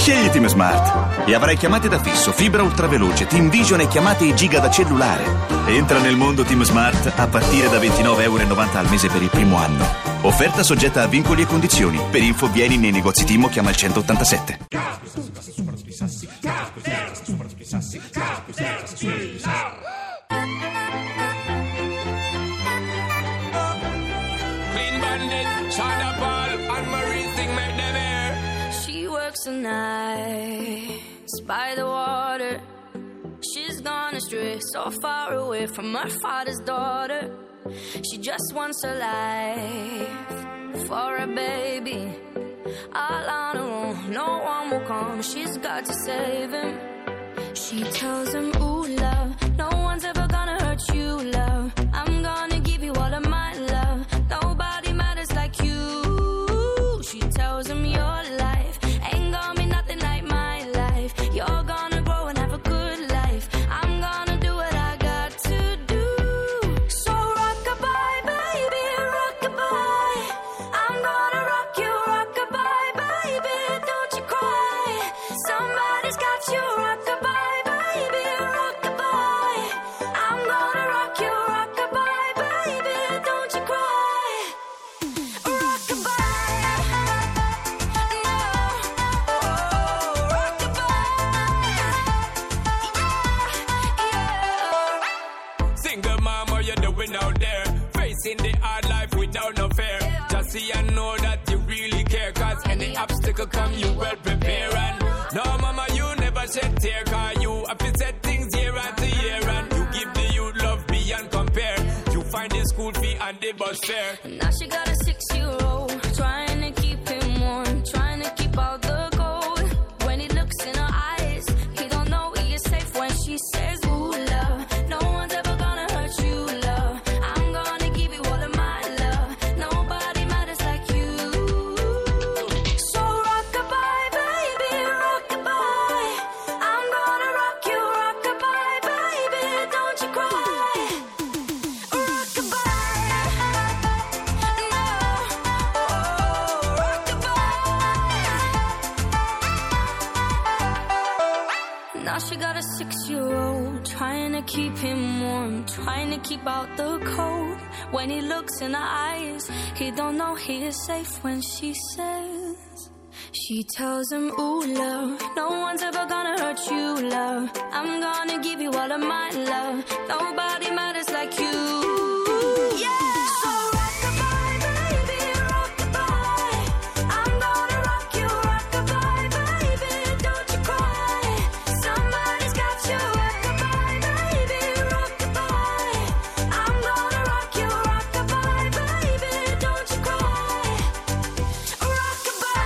Scegli Team Smart e avrai chiamate da fisso, fibra ultraveloce, Team Vision e chiamate giga da cellulare. Entra nel mondo Team Smart a partire da €29,90 al mese per il primo anno. Offerta soggetta a vincoli e condizioni. Per info vieni nei negozi Team o chiama il 187. Works the nights by the water. She's gone astray, so far away from her father's daughter. She just wants a life for a baby. All on her own, no one will come. She's got to save him. She tells him, ooh, love, no one's ever gonna hurt you, love. I'm gonna give you all of my love. Nobody matters like you. She tells him, your life ain't gonna be nothing like my life. You're gonna grow and have a good life. I'm gonna do what I got to do. So rock-a-bye, baby, rock-a-bye. I'm gonna rock you, rock-a-bye, baby, don't you cry. Somebody's got you, rock-a-bye, baby, rock-a-bye. I'm gonna rock you, rock-a-bye, baby, don't you cry. Rock-a-bye. Single mom, what you doing out there? Facing the hard life without no fear. Just see and know that you really care. Cause any obstacle come, you well prepare. And no mama, you never shed tear. Cause you have to set things year after year. And you give the youth love beyond compare. You find the school fee and the bus fare. Now she got a 6-year-old, trying to keep him warm, trying to keep out the cold. When he looks in her eyes, he don't know he is safe when she says, ooh, love, no one's ever gonna hurt you, love. I'm gonna give you all of my love. Nobody matters like you. So rock-a-bye, baby, rock-a-bye. I'm gonna rock you, rock-a-bye, baby, don't you cry. Rock-a-bye. Now she got a 6-year-old, trying to keep him warm, trying to keep out the cold. When he looks in her eyes, he don't know he is safe when she says. She tells him, ooh, love, no one's ever gonna hurt you, love. I'm gonna give you all of my love. Nobody matters like you. Yeah. So rock-a-bye, baby, rock-a-bye. I'm gonna rock you, rock-a-bye, baby, don't you cry. Somebody's got you, rock-a-bye, baby, rock-a-bye. I'm gonna rock you, rock-a-bye, baby, don't you cry. Rock-a-bye.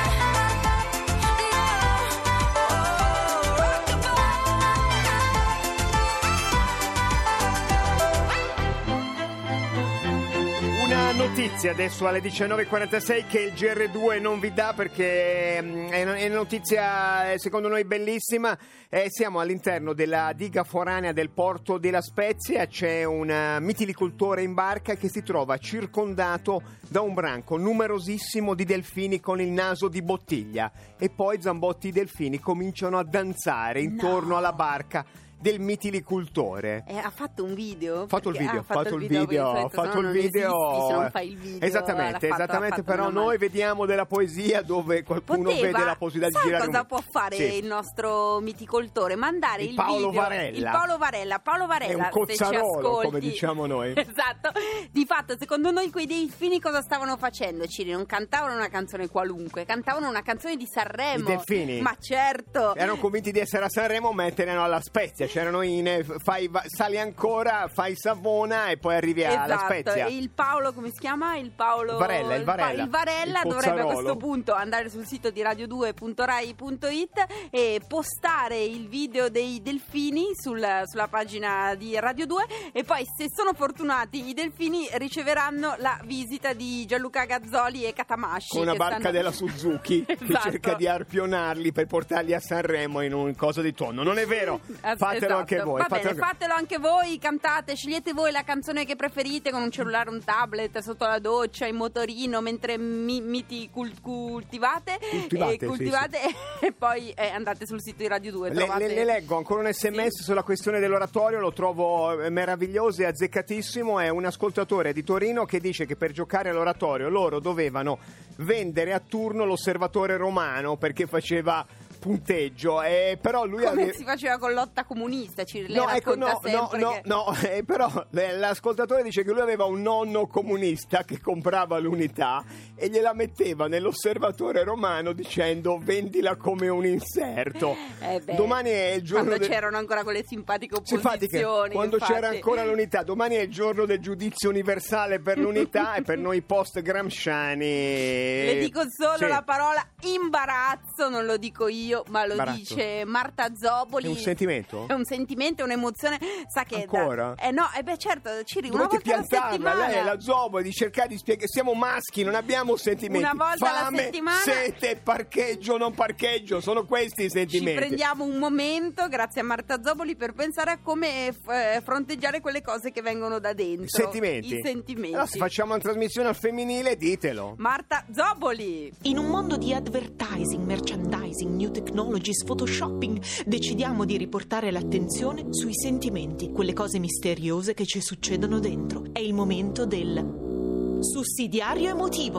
Una notizia adesso alle 19.46 che il GR2 non vi dà perché è una notizia secondo noi bellissima. Siamo all'interno della diga foranea del porto della Spezia, c'è un mitilicoltore in barca che si trova circondato da un branco numerosissimo di delfini con il naso di bottiglia e poi Zambotti, i delfini cominciano a danzare intorno alla barca del mitilicultore. Ha fatto un video? Ho fatto il video. Se non fai il video. Esattamente, però noi vediamo della poesia dove qualcuno vede la possibilità di girare. Cosa può fare il nostro miticoltore? Mandare il Paolo video. Varella. Paolo Varella è un cozzarolo, come diciamo noi. Esatto. Di fatto, secondo noi quei delfini cosa stavano facendo, Ciri? Non cantavano una canzone qualunque, cantavano una canzone di Sanremo. I delfini? Ma certo. Erano convinti di essere a Sanremo, ma erano alla Spezia. C'erano sali ancora, fai Savona e poi arrivi alla Spezia. E il Paolo, come si chiama? Il Paolo Varella. Il Varella dovrebbe a questo punto andare sul sito di radio2.rai.it e postare il video dei delfini sulla pagina di Radio 2 e poi, se sono fortunati, i delfini riceveranno la visita di Gianluca Gazzoli e Catamashi con una barca della Suzuki esatto. che cerca di arpionarli per portarli a Sanremo in un coso di tonno. Non è vero, fate Fatelo anche voi. Fatelo anche voi, cantate, scegliete voi la canzone che preferite con un cellulare, un tablet, sotto la doccia, in motorino, mentre miti cultivate e poi andate sul sito di Radio 2. Le leggo ancora un SMS sulla questione dell'oratorio, lo trovo meraviglioso e azzeccatissimo. È un ascoltatore di Torino che dice che per giocare all'oratorio loro dovevano vendere a turno l'Osservatore Romano perché faceva punteggio, però lui come si faceva con lotta comunista, però l'ascoltatore dice che lui aveva un nonno comunista che comprava l'unità e gliela metteva nell'Osservatore Romano dicendo vendila come un inserto. Domani è il giorno quando c'erano ancora quelle simpatiche opposizioni, quando c'era ancora l'unità. Domani è il giorno del giudizio universale per l'unità e per noi post gramsciani le dico solo la parola imbarazzo, non lo dico io ma lo dice Marta Zoboli. È un sentimento? È un sentimento, un'emozione. Sa che ancora? Certo, Ciri, dovete una volta piantarla, alla settimana. lei è la Zoboli, di cercare di spiegare. Siamo maschi, non abbiamo sentimenti. Una volta alla settimana. Sete, parcheggio, non parcheggio, sono questi i sentimenti. Ci prendiamo un momento, grazie a Marta Zoboli, per pensare a come fronteggiare quelle cose che vengono da dentro. I sentimenti. Allora, se facciamo una trasmissione al femminile, ditelo. Marta Zoboli. In un mondo di advertising, merchandising, new technologies, photoshopping, decidiamo di riportare l'attenzione sui sentimenti, quelle cose misteriose che ci succedono dentro. È il momento del sussidiario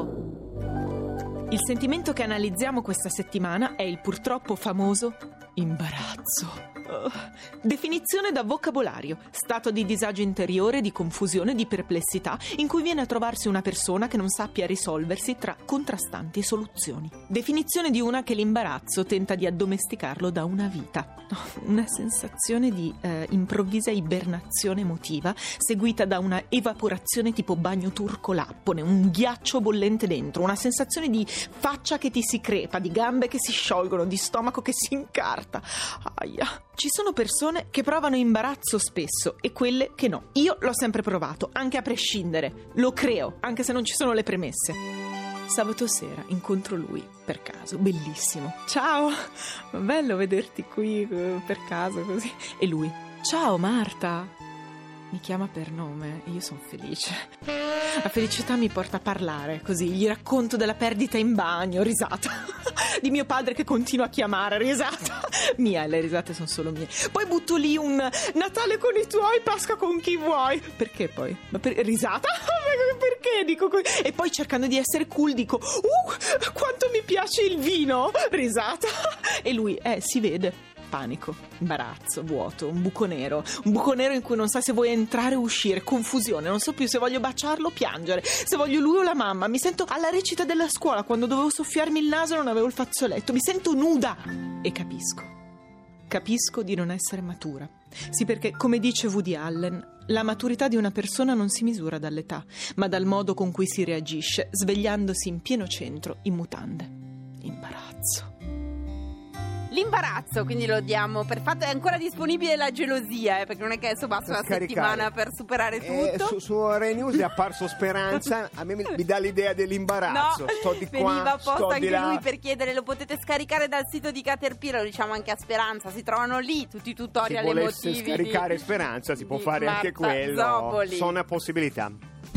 emotivo. Il sentimento che analizziamo questa settimana è il purtroppo famoso imbarazzo. Definizione da vocabolario: stato di disagio interiore, di confusione, di perplessità in cui viene a trovarsi una persona che non sappia risolversi tra contrastanti soluzioni. Definizione di una che l'imbarazzo tenta di addomesticarlo da una vita. Una sensazione di improvvisa ibernazione emotiva seguita da una evaporazione tipo bagno turco lappone, un ghiaccio bollente dentro, una sensazione di faccia che ti si crepa, di gambe che si sciolgono, di stomaco che si incarta. Aia. Ci sono persone che provano imbarazzo spesso e quelle che no. Io l'ho sempre provato, anche a prescindere. Lo creo, anche se non ci sono le premesse. Sabato sera incontro lui, per caso, bellissimo. Ciao, bello vederti qui per caso così. E lui, ciao Marta. Mi chiama per nome e io sono felice. La felicità mi porta a parlare, così gli racconto della perdita in bagno, risata. Di mio padre che continua a chiamare, risata. Mia, le risate sono solo mie. Poi butto lì un Natale con i tuoi, Pasqua con chi vuoi. Perché poi? Risata? Perché dico così? E poi cercando di essere cool dico quanto mi piace il vino, risata. E lui, si vede. Panico, imbarazzo, vuoto, un buco nero in cui non sa se vuoi entrare o uscire, confusione, non so più se voglio baciarlo o piangere, se voglio lui o la mamma. Mi sento alla recita della scuola quando dovevo soffiarmi il naso e non avevo il fazzoletto, mi sento nuda e capisco di non essere matura. Sì, perché come dice Woody Allen, la maturità di una persona non si misura dall'età, ma dal modo con cui si reagisce, svegliandosi in pieno centro in mutande. Imbarazzo. L'imbarazzo, quindi lo diamo per fatto. È ancora disponibile la gelosia, perché non è che adesso basta una settimana per superare tutto. Su Rai News è apparso Speranza. A me mi dà l'idea dell'imbarazzo. Sto di qua, veniva apposta anche di là. lui per chiedere. Lo potete scaricare dal sito di Caterpillar, lo diciamo anche a Speranza. Si trovano lì tutti i tutorial emotivi. Se volesse scaricare Speranza si può fare Marta anche quello. Zoboli. Sono una possibilità.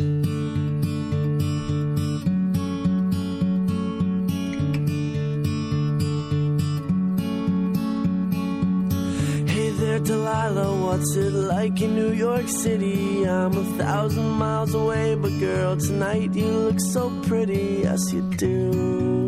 Delilah, what's it like in New York City? I'm 1,000 miles away, but girl, tonight you look so pretty, yes you do.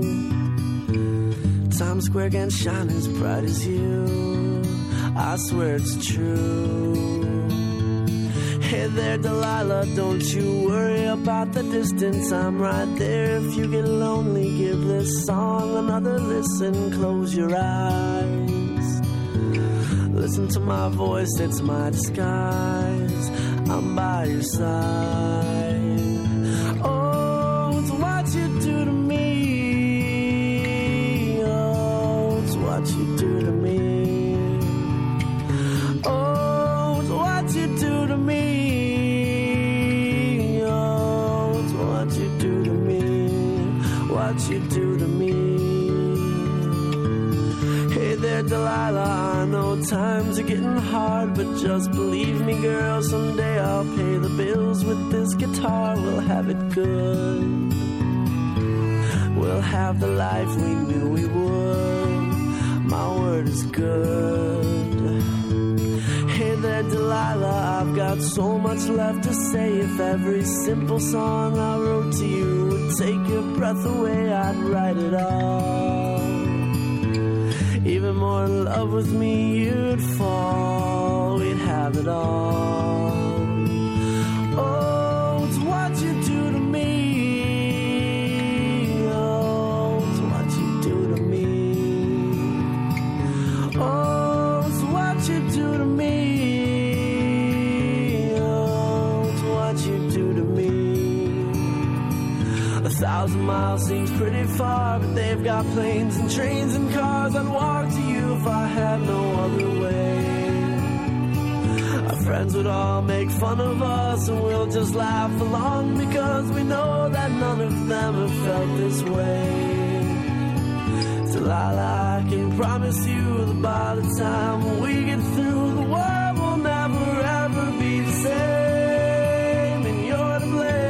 Times Square can shine as bright as you, I swear it's true. Hey there Delilah, don't you worry about the distance, I'm right there. If you get lonely, give this song another listen, close your eyes. Listen to my voice, it's my disguise. I'm by your side. Oh, it's what you do to me. Oh, it's what you do to me. Oh, it's what you do to me. Oh, it's what you do to me. What you do to me. Hey there there, Delilah, I know times are getting hard, but just believe me, girl, someday I'll pay the bills with this guitar. We'll have it good. We'll have the life we knew we would. My word is good. Hey there, Delilah, I've got so much left to say. If every simple song I wrote to you would take your breath away, I'd write it all. Even more in love with me, you'd fall. We'd have it all. Oh, it's what you do to me. Oh, it's what you do to me. Oh, it's what you do to me. Oh, it's what you do to me. 1,000 miles seems pretty far, but they've got planes and trains and cars. I'd walk to you if I had no other way. Our friends would all make fun of us, and we'll just laugh along, because we know that none of them have felt this way. Delilah, I can promise you that by the time we get through, the world will never ever be the same, and you're to blame.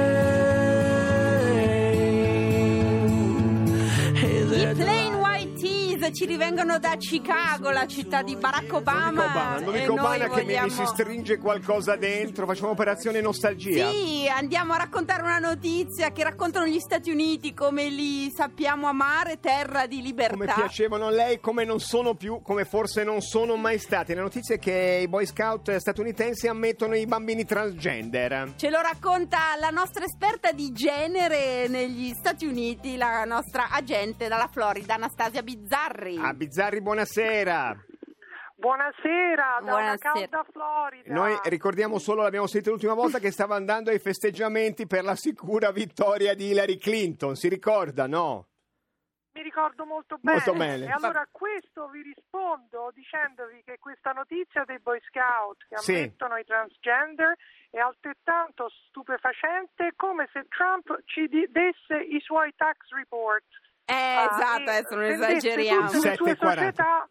I Plain White Tees ci rivengono da Chicago, la città di Barack Obama. L'unico Obama che mi si stringe qualcosa dentro. Facciamo operazione nostalgia. Sì, andiamo a raccontare una notizia che raccontano gli Stati Uniti, come li sappiamo amare, terra di libertà. Come piacevano a lei, come non sono più, come forse non sono mai stati. La notizia è che i Boy Scout statunitensi ammettono i bambini transgender. Ce lo racconta la nostra esperta di genere negli Stati Uniti, la nostra agente dalla Florida, Anastasia Bizzarri. Bizzarri, buonasera. Buonasera, da una calda Florida. Noi ricordiamo solo, l'abbiamo sentito l'ultima volta, che stava andando ai festeggiamenti per la sicura vittoria di Hillary Clinton, si ricorda, no? Mi ricordo molto bene. Molto bene. E allora a questo vi rispondo dicendovi che questa notizia dei Boy Scout che ammettono i transgender è altrettanto stupefacente come se Trump ci desse i suoi tax report. Esatto, adesso non esageriamo. Tutte le sue società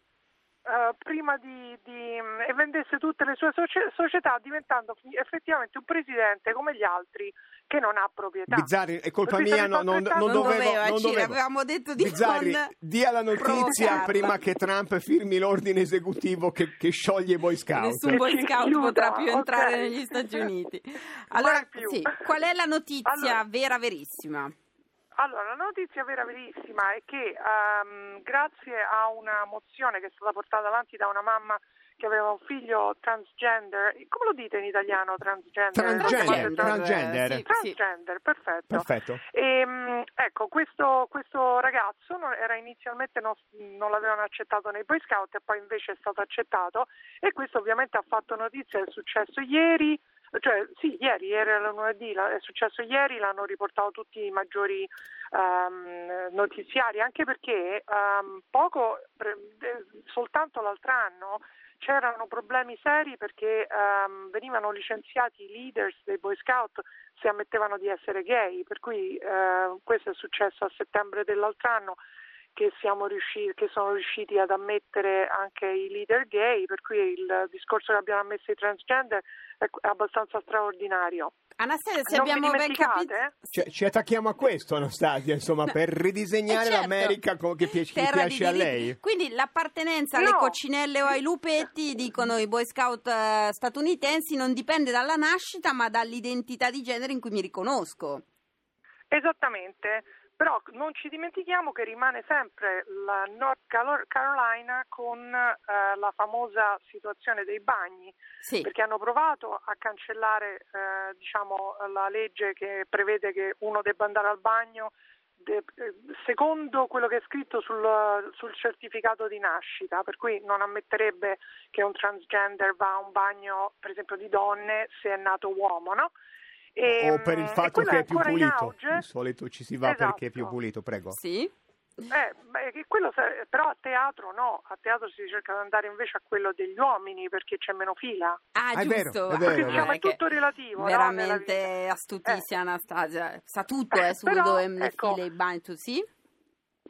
prima e vendesse tutte le sue società, diventando effettivamente un presidente come gli altri che non ha proprietà. Bizzarri, è colpa mia, non dovevo. Avevamo detto di Bizzarri, non dia la notizia prima che Trump firmi l'ordine esecutivo che scioglie i Boy Scout. Nessun Boy Scout potrà più entrare negli Stati Uniti. Allora, qual è la notizia vera verissima? Allora, la notizia vera verissima è che grazie a una mozione che è stata portata avanti da una mamma che aveva un figlio transgender, come lo dite in italiano transgender? Transgender, perfetto. E, ecco, questo ragazzo era inizialmente non l'avevano accettato nei Boy Scout e poi invece è stato accettato, e questo ovviamente ha fatto notizia, è successo ieri. Ieri era lunedì, è successo ieri, l'hanno riportato tutti i maggiori notiziari, anche perché soltanto l'altro anno c'erano problemi seri perché venivano licenziati i leaders dei Boy Scout se ammettevano di essere gay, per cui questo è successo a settembre dell'altro anno, che sono riusciti ad ammettere anche i leader gay, per cui il discorso che abbiamo ammesso i transgender è abbastanza straordinario. Anastasia, se abbiamo ben capito, ci attacchiamo a questo, Anastasia, insomma, per ridisegnare l'America che piace a lei. Quindi l'appartenenza alle coccinelle o ai lupetti, dicono i Boy Scout statunitensi, non dipende dalla nascita ma dall'identità di genere in cui mi riconosco. Esattamente. Però non ci dimentichiamo che rimane sempre la North Carolina con la famosa situazione dei bagni, perché hanno provato a cancellare la legge che prevede che uno debba andare al bagno secondo quello che è scritto sul certificato di nascita, per cui non ammetterebbe che un transgender va a un bagno, per esempio, di donne se è nato uomo, no? O per il fatto che è più pulito. Di solito ci si va perché è più pulito, prego. Sì. Però a teatro no, a teatro si cerca di andare invece a quello degli uomini perché c'è meno fila. Ah, giusto. È vero. Diciamo, è tutto relativo. Veramente astutissima Anastasia, sa tutto su dove le file, i bagni, tu sì?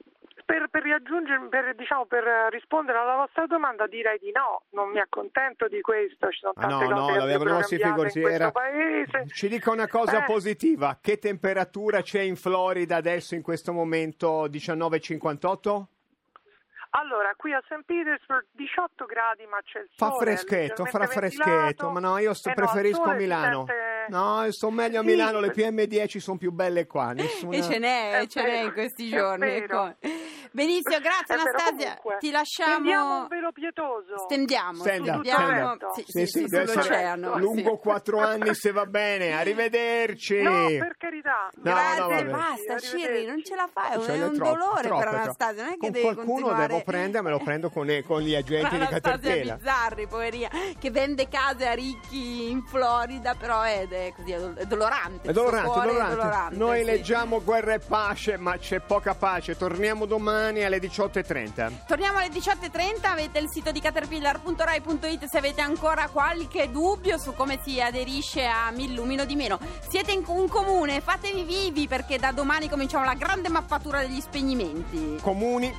per rispondere alla vostra domanda direi di no, non mi accontento di questo, ci sono tante cose che andrebbero cambiate in questo paese. Ci dica una cosa positiva, che temperatura c'è in Florida adesso in questo momento? 19,58? Allora, qui a St. Petersburg 18 gradi, ma c'è il sole. Fa freschetto, ma no, io preferisco Milano. No, io sto meglio a Milano, le PM10 sono più belle qua. Nessuna... E ce n'è in questi giorni. Ecco. Benissimo, grazie Anastasia. Ti lasciamo. Stendiamo un velo pietoso. Stendiamo. Sì, sull'oceano. Lungo 4 anni se va bene. Arrivederci. No, per carità. Grazie, basta, Shirley, non ce la fai. È un dolore per Anastasia. Non è che con devi qualcuno continuare. Devo prendere, me lo prendo con gli agenti di Caterpillar. Anastasia Bizzarri, poverina, che vende case a ricchi in Florida, però è così, è dolorante. È dolorante. Noi leggiamo Guerra e Pace, ma c'è poca pace. Torniamo domani alle 18:30. Torniamo alle 18:30, avete il sito di caterpillar.rai.it se avete ancora qualche dubbio su come si aderisce a Mi illumino di meno. Siete in un comune, fatevi vivi, perché da domani cominciamo la grande mappatura degli spegnimenti. Comuni.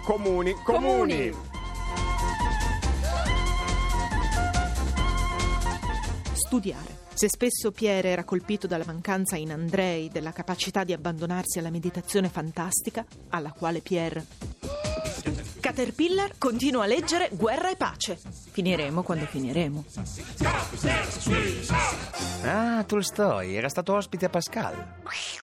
Studiare. Se spesso Pierre era colpito dalla mancanza in Andrei della capacità di abbandonarsi alla meditazione fantastica, alla quale Pierre... Caterpillar continua a leggere Guerra e Pace. Finiremo quando finiremo. Ah, Tolstoi, era stato ospite a Pascal.